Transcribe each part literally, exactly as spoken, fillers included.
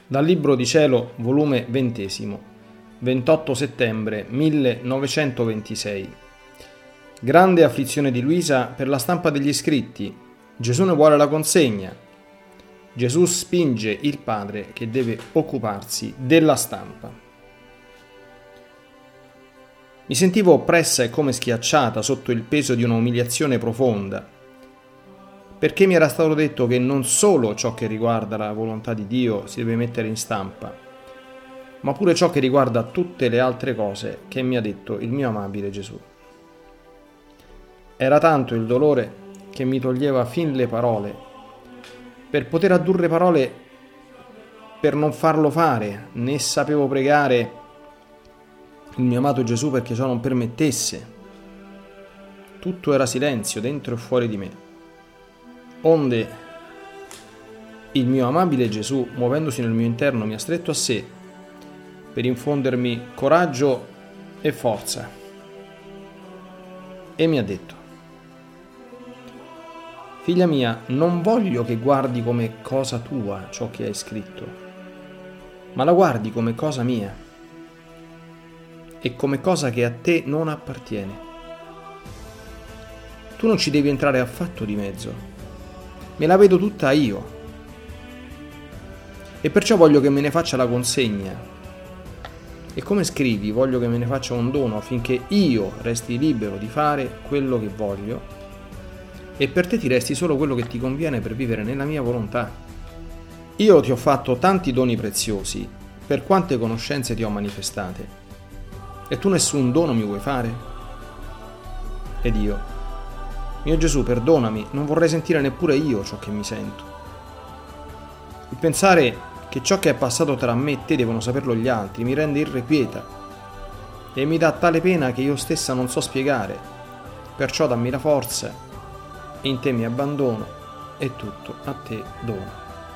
Dal Libro di Cielo, volume ventesimo, ventotto settembre millenovecentoventisei. Grande afflizione di Luisa per la stampa degli scritti. Gesù ne vuole la consegna. Gesù spinge il padre che deve occuparsi della stampa. Mi sentivo oppressa e come schiacciata sotto il peso di una umiliazione profonda, perché mi era stato detto che non solo ciò che riguarda la volontà di Dio si deve mettere in stampa, ma pure ciò che riguarda tutte le altre cose che mi ha detto il mio amabile Gesù. Era tanto il dolore che mi toglieva fin le parole, per poter addurre parole per non farlo fare, né sapevo pregare il mio amato Gesù perché ciò non permettesse. Tutto era silenzio dentro e fuori di me. Onde il mio amabile Gesù, muovendosi nel mio interno, mi ha stretto a sé per infondermi coraggio e forza e mi ha detto: figlia mia, non voglio che guardi come cosa tua ciò che hai scritto, ma la guardi come cosa mia e come cosa che a te non appartiene. Tu non ci devi entrare affatto di mezzo. Me la vedo tutta io e perciò voglio che me ne faccia la consegna, e come scrivi voglio che me ne faccia un dono affinché io resti libero di fare quello che voglio e per te ti resti solo quello che ti conviene per vivere nella mia volontà. Io ti ho fatto tanti doni preziosi per quante conoscenze ti ho manifestate, e tu nessun dono mi vuoi fare? Ed io: mio Gesù, perdonami, non vorrei sentire neppure io ciò che mi sento. Il pensare che ciò che è passato tra me e te devono saperlo gli altri mi rende irrequieta e mi dà tale pena che io stessa non so spiegare. Perciò dammi la forza, in te mi abbandono e tutto a te dono.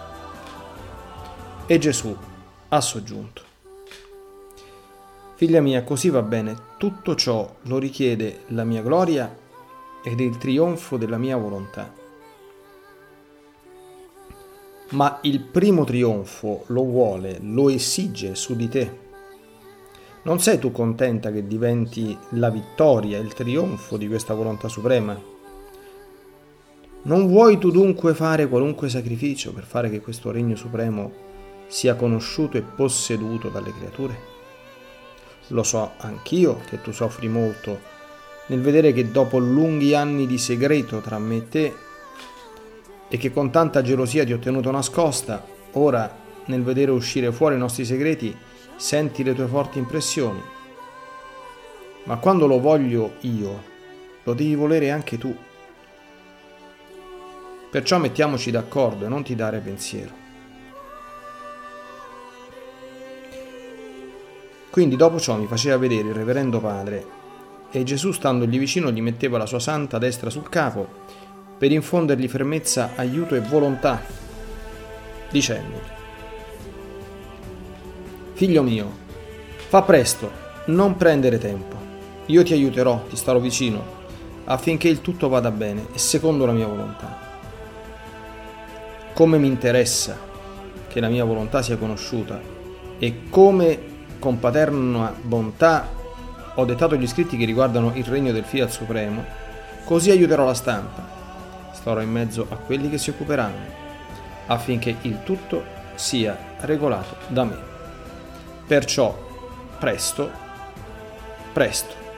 E Gesù ha soggiunto: figlia mia, così va bene, tutto ciò lo richiede la mia gloria ed il trionfo della mia volontà. Ma il primo trionfo lo vuole, lo esige su di te. Non sei tu contenta che diventi la vittoria, il trionfo di questa volontà suprema? Non vuoi tu dunque fare qualunque sacrificio per fare che questo regno supremo sia conosciuto e posseduto dalle creature? Lo so anch'io che tu soffri molto nel vedere che dopo lunghi anni di segreto tra me e te, e che con tanta gelosia ti ho tenuto nascosta, ora nel vedere uscire fuori i nostri segreti senti le tue forti impressioni. Ma quando lo voglio io, lo devi volere anche tu. Perciò mettiamoci d'accordo e non ti dare pensiero. Quindi dopo ciò mi faceva vedere il reverendo padre, e Gesù, standogli vicino, gli metteva la sua santa destra sul capo per infondergli fermezza, aiuto e volontà, dicendogli: figlio mio, fa presto, non prendere tempo, io ti aiuterò, ti starò vicino, affinché il tutto vada bene e secondo la mia volontà. Come mi interessa che la mia volontà sia conosciuta e come con paterna bontà ho dettato gli scritti che riguardano il regno del Fiat Supremo, così aiuterò la stampa. Starò in mezzo a quelli che si occuperanno, affinché il tutto sia regolato da me. Perciò, presto, presto.